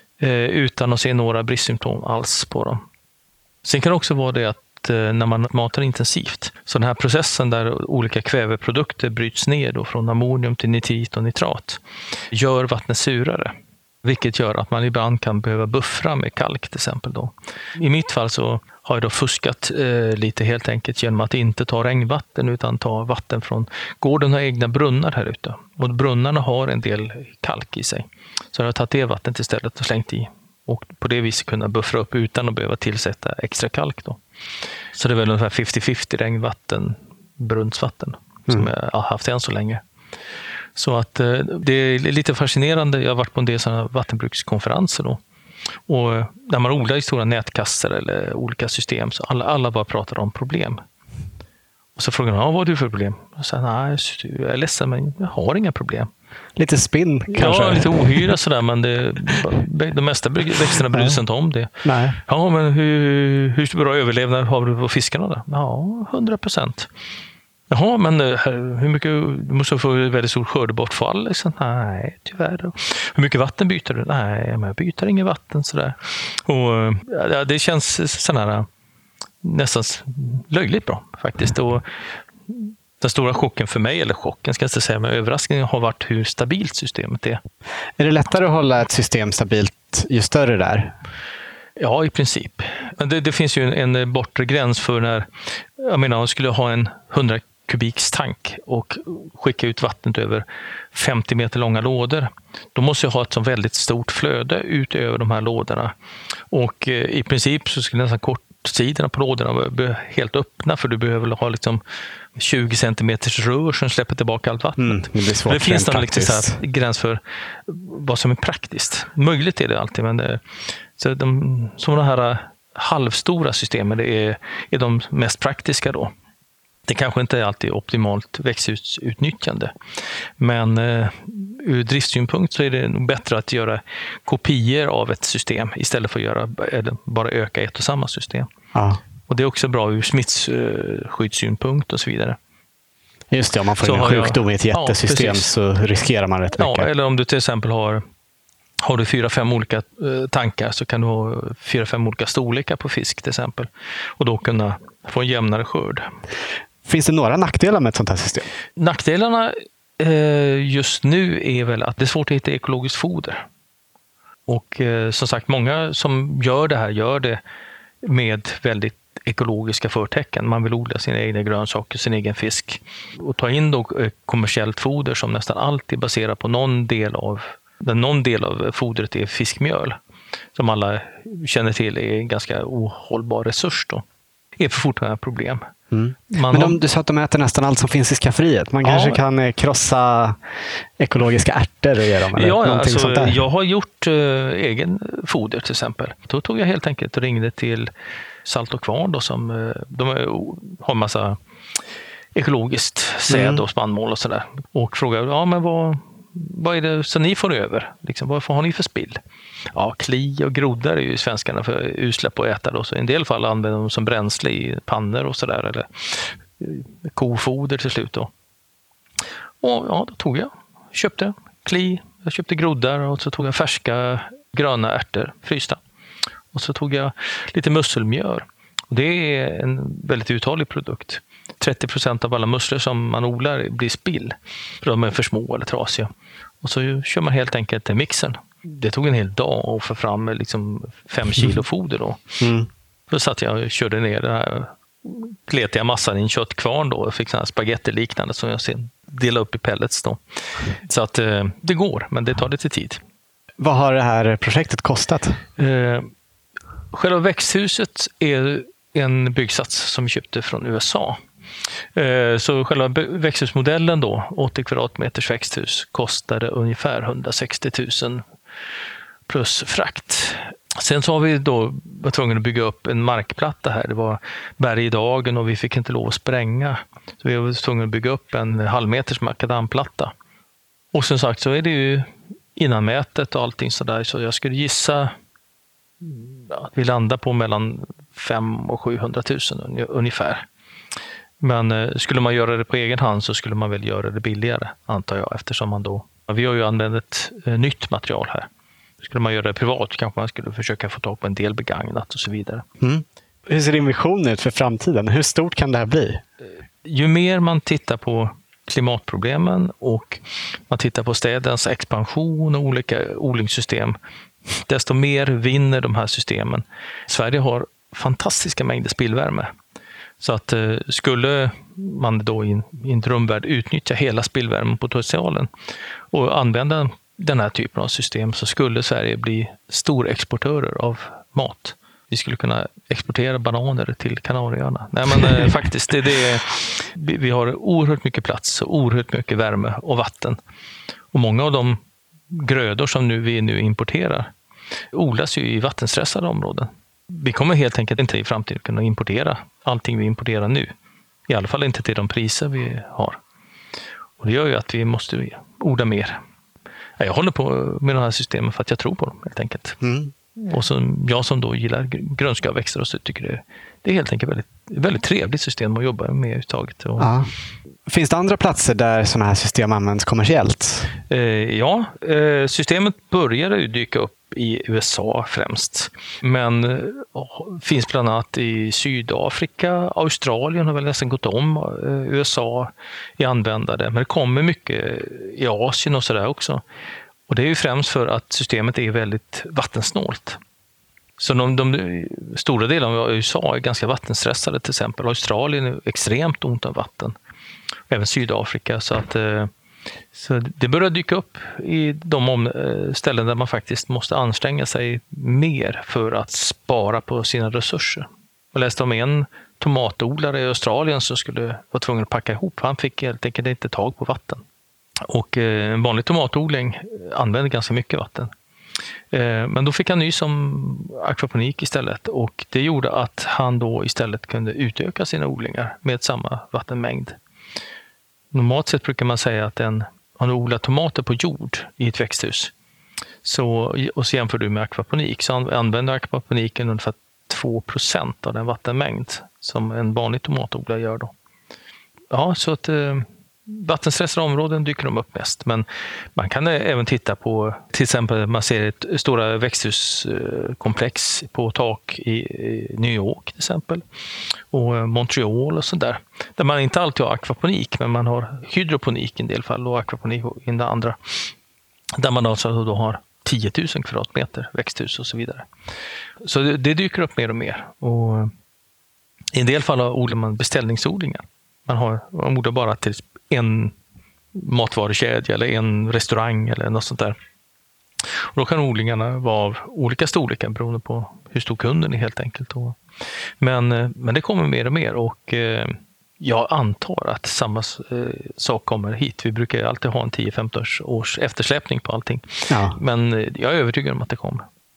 Utan att se några bristsymptom alls på dem. Sen kan det också vara det att när man matar intensivt, så den här processen där olika kväveprodukter bryts ner då från ammonium till nitrit och nitrat, gör vattnet surare. Vilket gör att man ibland kan behöva buffra med kalk till exempel. Då. I mitt fall så har jag då fuskat lite helt enkelt genom att inte ta regnvatten utan ta vatten från gården har egna brunnar här ute. Och brunnarna har en del kalk i sig. Så jag har tagit det vattnet istället och slängt i. Och på det viset kunna buffra upp utan att behöva tillsätta extra kalk. Då. Så det är väl ungefär 50-50 regnvatten, brunnsvatten som jag har haft än så länge. Så att det är lite fascinerande. Jag har varit på en del sådana vattenbrukskonferenser då. Och när man odlar i stora nätkassar eller olika system så alla bara pratar om problem. Och så frågar man, vad har du för problem? Och så nej, jag är ledsen men jag har inga problem. Lite spinn kanske? Ja, lite ohyra sådär, men de mesta växterna bryr sig inte om det. Nej. Ja, men hur bra överlevnad har du på fiskarna då? Ja, 100%. Jaha, men hur mycket, du måste få väldigt stort skördebortfall? Liksom. Nej, tyvärr. Hur mycket vatten byter du? Nej, men jag byter inget vatten sådär. Och ja, det känns sådär nästan löjligt bra faktiskt. Och den stora chocken för mig, eller chocken ska jag inte säga, men överraskningen har varit hur stabilt systemet är. Är det lättare att hålla ett system stabilt ju större det är? Ja, i princip. Men det finns ju en bortre gräns för när, jag menar, man skulle ha en 100 kubiks tank och skicka ut vattnet över 50 meter långa lådor. Då måste jag ha ett så väldigt stort flöde ut över de här lådorna. Och i princip så skulle nästan kortsidorna på lådorna vara helt öppna, för du behöver ha liksom 20 centimeters rör som släpper tillbaka allt vattnet. Det finns någon gräns för vad som är praktiskt. Möjligt är det alltid, men så sådana här halvstora systemen är de mest praktiska då. Det kanske inte är alltid optimalt växthusutnyttjande. Men ur driftssynpunkt så är det nog bättre att göra kopior av ett system istället för att bara öka ett och samma system. Ja. Och det är också bra ur smittskyddssynpunkt och så vidare. Just det, om man får en sjukdom i ett jättesystem så riskerar man rätt mycket. Ja, eller om du till exempel har du 4-5 olika tankar så kan du ha 4-5 olika storlekar på fisk till exempel. Och då kunna få en jämnare skörd. Finns det några nackdelar med ett sånt här system? Nackdelarna just nu är väl att det är svårt att hitta ekologiskt foder. Och som sagt, många som gör det med väldigt ekologiska förtecken. Man vill odla sina egna grönsaker, sin egen fisk. Och ta in då kommersiellt foder som nästan alltid baserar på någon del av fodret är fiskmjöl. Som alla känner till är en ganska ohållbar resurs då. Är för fortfarande ett problem. Mm. Men du sa att de äter nästan allt som finns i skafferiet. Man kanske kan krossa ekologiska ärtor och ge dem? Eller alltså, sånt där. Jag har gjort egen foder till exempel. Då tog jag helt enkelt och ringde till Salt och Kvarn då, som de har en massa ekologiskt säd och spannmål och sådär. Och frågade, men vad är det så ni får över? Liksom, vad har ni för spill? Ja, kli och groddar är ju svenskarna för usla på att äta då. Så i en del fall använder de som bränsle i pannor och sådär. Eller kofoder till slut då. Och ja, då tog jag. Köpte kli, jag köpte groddar och så tog jag färska gröna ärtor, frysta. Och så tog jag lite musselmjöl. Och det är en väldigt uthållig produkt. 30% av alla musslor som man odlar blir spill. För de är för små eller trasiga. Och så kör man helt enkelt till mixen. Det tog en hel dag att få fram liksom 5 kilo foder då. Då satt jag och körde ner den här kletiga massan i en köttkvarn då och fick sådana spagetti-liknande som jag sen delade upp i pellets då. Så att det går, men det tar lite tid. Vad har det här projektet kostat? Själva växthuset är en byggsats som vi köpte från USA. Så själva växthusmodellen då, 80 kvadratmeters växthus, kostade ungefär 160 000 plus frakt. Sen så har vi då varit tvungna att bygga upp en markplatta här. Det var berg i dagen och vi fick inte lov att spränga. Så vi var tvungna att bygga upp en halvmeters makadamplatta. Och som sagt så är det ju innanmätet och allting sådär. Så jag skulle gissa att vi landar på mellan 500 000 och 700 000 ungefär. Men skulle man göra det på egen hand så skulle man väl göra det billigare, antar jag, eftersom man då... Vi har ju använt ett nytt material här. Skulle man göra det privat kanske man skulle försöka få tag på en del begagnat och så vidare. Hur ser din vision ut för framtiden? Hur stort kan det här bli? Ju mer man tittar på klimatproblemen och man tittar på städernas expansion och olika odlingssystem, desto mer vinner de här systemen. Sverige har fantastiska mängder spillvärme. Så att skulle man då i en drömvärld utnyttja hela spillvärmepotentialen och använda den här typen av system så skulle Sverige bli storexportörer av mat. Vi skulle kunna exportera bananer till Kanarieöarna. Nej men faktiskt, vi har oerhört mycket plats och oerhört mycket värme och vatten. Och många av de grödor som vi nu importerar odlas ju i vattenstressade områden. Vi kommer helt enkelt inte i framtiden kunna importera allting vi importerar nu. I alla fall inte till de priser vi har. Och det gör ju att vi måste odla mer. Jag håller på med de här systemen för att jag tror på dem helt enkelt. Och jag som då gillar grönska växter och så tycker det är helt enkelt väldigt trevligt system att jobba med uttaget. Ja. Finns det andra platser där sådana här system används kommersiellt? Ja, systemet började ju dyka upp i USA främst. Men finns bland annat i Sydafrika, Australien har väl nästan gått om USA i användare. Men det kommer mycket i Asien och sådär också. Och det är ju främst för att systemet är väldigt vattensnålt. Så de stora delarna av USA är ganska vattenstressade till exempel. Australien är extremt ont av vatten. Även Sydafrika. Så det börjar dyka upp i de ställen där man faktiskt måste anstränga sig mer för att spara på sina resurser. Jag läste om en tomatodlare i Australien som skulle vara tvungen att packa ihop. Han fick helt enkelt inte tag på vatten. Och en vanlig tomatodling använder ganska mycket vatten. Men då fick han nys om akvaponik istället och det gjorde att han då istället kunde utöka sina odlingar med samma vattenmängd. Normalt sett brukar man säga att om du odlar tomater på jord i ett växthus och så jämför du med akvaponik så använder akvaponiken ungefär 2% av den vattenmängd som en vanlig tomatodlare gör då. Ja, så att vattenstressade områden dyker de upp mest, men man kan även titta på till exempel man ser ett stora växthuskomplex på tak i New York till exempel och Montreal och sådär där man inte alltid har akvaponik men man har hydroponik i en del fall och akvaponik i en andra där man alltså då har 10 000 kvadratmeter växthus och så vidare. Så det dyker upp mer och mer och i en del fall odlar man beställningsodlingar. Man odlar bara till en matvarukedja eller en restaurang eller något sånt där. Och då kan odlingarna vara av olika storlekar beroende på hur stor kunden är helt enkelt. Men det kommer mer och mer och jag antar att samma sak kommer hit. Vi brukar alltid ha en 10-15 års eftersläpning på allting. Ja. Men jag är övertygad om att det kommer.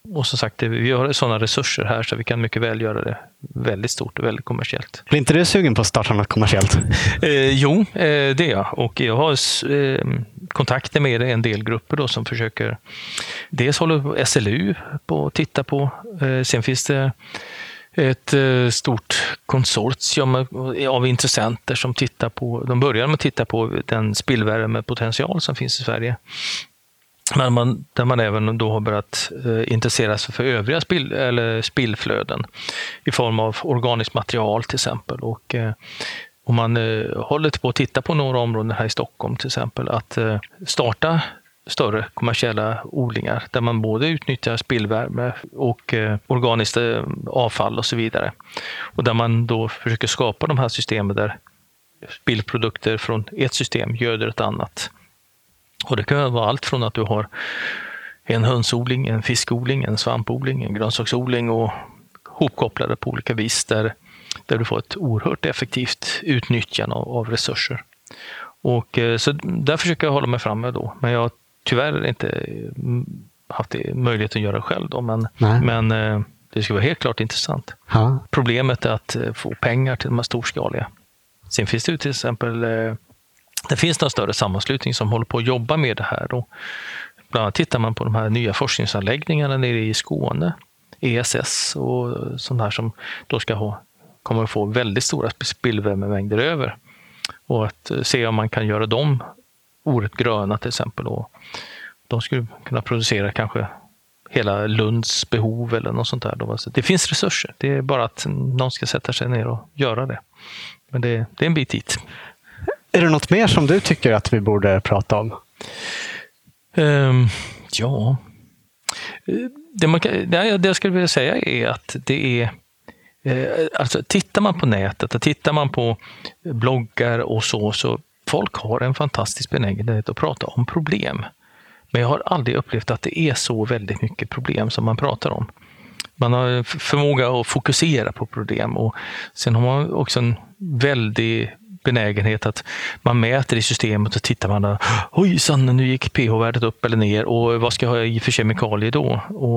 Och som sagt, vi har sådana resurser här så vi kan mycket väl göra det väldigt stort och väldigt kommersiellt. Blir inte du sugen på att starta något kommersiellt? Jo, det är jag. Och jag har kontakter med en del grupper då som försöker. Dels håller SLU på att titta på. Sen finns det ett stort konsortium av intressenter som tittar på. De börjar med att titta på den spillvärmepotential som finns i Sverige. Men där man även då har börjat intressera sig för övriga spillflöden i form av organiskt material till exempel. Och man håller på att titta på några områden här i Stockholm till exempel att starta större kommersiella odlingar där man både utnyttjar spillvärme och organiskt avfall och så vidare. Och där man då försöker skapa de här systemen där spillprodukter från ett system göder ett annat. Och det kan vara allt från att du har en hönsodling, en fiskodling, en svampodling, en grönsaksodling och hopkopplade på olika vis där du får ett oerhört effektivt utnyttjande av resurser. Och så där försöker jag hålla mig framme då. Men jag har tyvärr inte haft möjlighet att göra det själv då. Men det ska vara helt klart intressant. Ja. Problemet är att få pengar till de här storskaliga. Sen finns det ju till exempel det finns någon större sammanslutning som håller på att jobba med det här. Då. Bland annat tittar man på de här nya forskningsanläggningarna nere i Skåne, ESS och sånt här som då kommer att få väldigt stora spillvärmemängder över. Och att se om man kan göra dem oerhört gröna till exempel. Och de skulle kunna producera kanske hela Lunds behov eller något sånt där. Då. Så det finns resurser. Det är bara att någon ska sätta sig ner och göra det. Men det är en bit dit. Är det något mer som du tycker att vi borde prata om? Ja. Det jag skulle vilja säga är att det är alltså tittar man på nätet och tittar man på bloggar och så folk har en fantastisk benägenhet att prata om problem. Men jag har aldrig upplevt att det är så väldigt mycket problem som man pratar om. Man har förmåga att fokusera på problem och sen har man också en väldig benägenhet att man mäter i systemet och tittar man där, ojsan, nu gick pH-värdet upp eller ner och vad ska jag ha i för kemikalier då?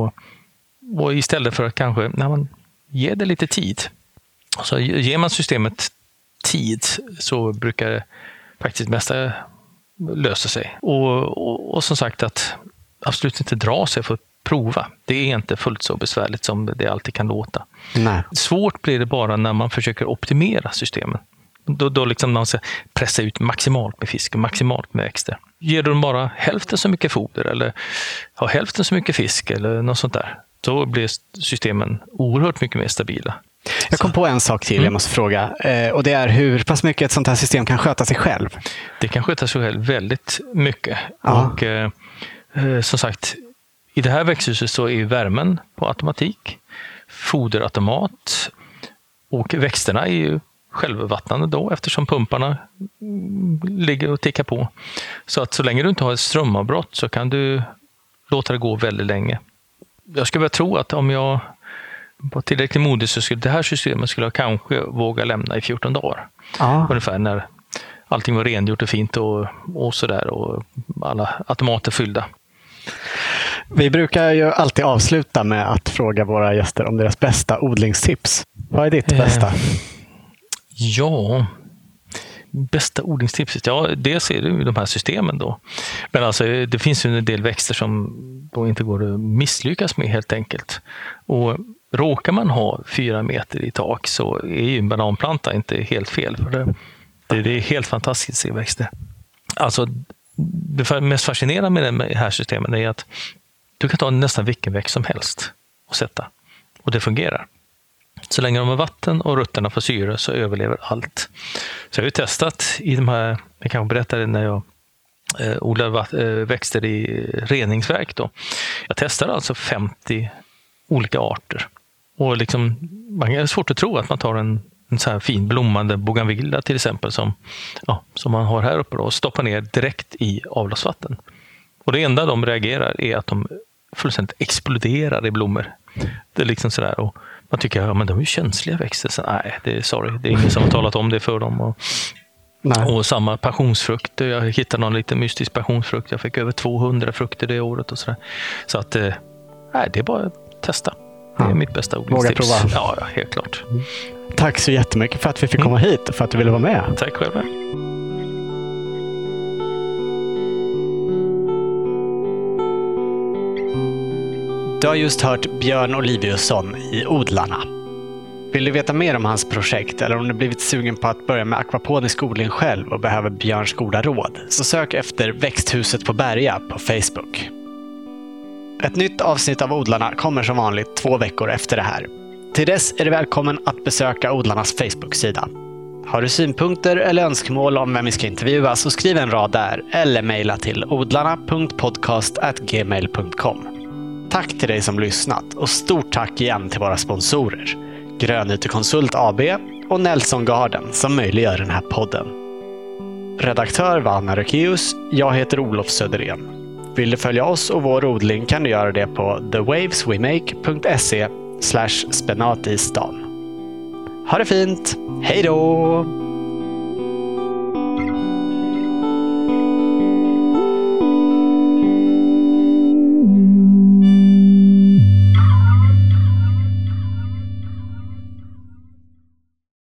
Och istället för att kanske ge det lite tid. Så ger man systemet tid så brukar det faktiskt mesta lösa sig. Och som sagt att absolut inte dra sig för att prova. Det är inte fullt så besvärligt som det alltid kan låta. Nej. Svårt blir det bara när man försöker optimera systemen. Då liksom man ska pressa ut maximalt med fisk och maximalt med växter. Ger du dem bara hälften så mycket foder eller har hälften så mycket fisk eller något sånt där, då blir systemen oerhört mycket mer stabila. Jag kom på en sak till jag måste fråga. Och det är hur pass mycket ett sånt här system kan sköta sig själv? Det kan sköta sig själv väldigt mycket. Ja. Och som sagt, i det här växthuset så är ju värmen på automatik, foderautomat och växterna är ju självvattnande då eftersom pumparna ligger och tickar på. Så att så länge du inte har ett strömavbrott så kan du låta det gå väldigt länge. Jag skulle väl tro att om jag var tillräckligt modig så skulle det här systemet skulle jag kanske våga lämna i 14 dagar. Ja. Ungefär när allting var rengjort och fint och sådär och alla automater fyllda. Vi brukar ju alltid avsluta med att fråga våra gäster om deras bästa odlingstips. Vad är ditt bästa? Ja, bästa odlingstipset? Ja, dels är det ju de här systemen då. Men alltså det finns ju en del växter som då inte går att misslyckas med helt enkelt. Och råkar man ha 4 meter i tak så är ju en bananplanta inte helt fel. För det är helt fantastiskt se växter. Alltså det mest fascinerande med det här systemet är att du kan ta nästan vilken växt som helst och sätta. Och det fungerar. Så länge de har vatten och rötterna får syre så överlever allt. Så jag har ju testat i de här, jag kanske berättade när jag odlade växter i reningsverk då. Jag testade alltså 50 olika arter. Och liksom, man är svårt att tro att man tar en så här fin blommande bougainvillea till exempel som man har här uppe då, och stoppar ner direkt i avloppsvatten. Och det enda de reagerar är att de fullständigt exploderar i blommor. Det är liksom sådär och man tycker men de är ju känsliga växter. Så, nej, det är ingen som har talat om det för dem. Och samma passionsfrukter. Jag hittade någon liten mystisk passionsfrukt. Jag fick över 200 frukter det året och sådär. Så att det är bara att testa. Det är mitt bästa odlingstips. Våga prova. Ja, helt klart. Tack så jättemycket för att vi fick komma hit och för att du ville vara med. Tack själv. Du har just hört Björn Oliviusson i Odlarna. Vill du veta mer om hans projekt eller om du blivit sugen på att börja med akvaponisk odling själv och behöver Björns goda råd, så sök efter Växthuset på Berga på Facebook. Ett nytt avsnitt av Odlarna kommer som vanligt 2 veckor efter det här. Till dess är du välkommen att besöka Odlarnas Facebook-sida. Har du synpunkter eller önskemål om vem vi ska intervjua, så skriv en rad där eller mejla till odlarna.podcast@gmail.com. Tack till dig som lyssnat och stort tack igen till våra sponsorer. Grönytekonsult AB och Nelson Garden som möjliggör den här podden. Redaktör var Anna Rökeus, jag heter Olof Söderén. Vill du följa oss och vår odling kan du göra det på thewaveswemake.se/spenatistan. Ha det fint, hej då!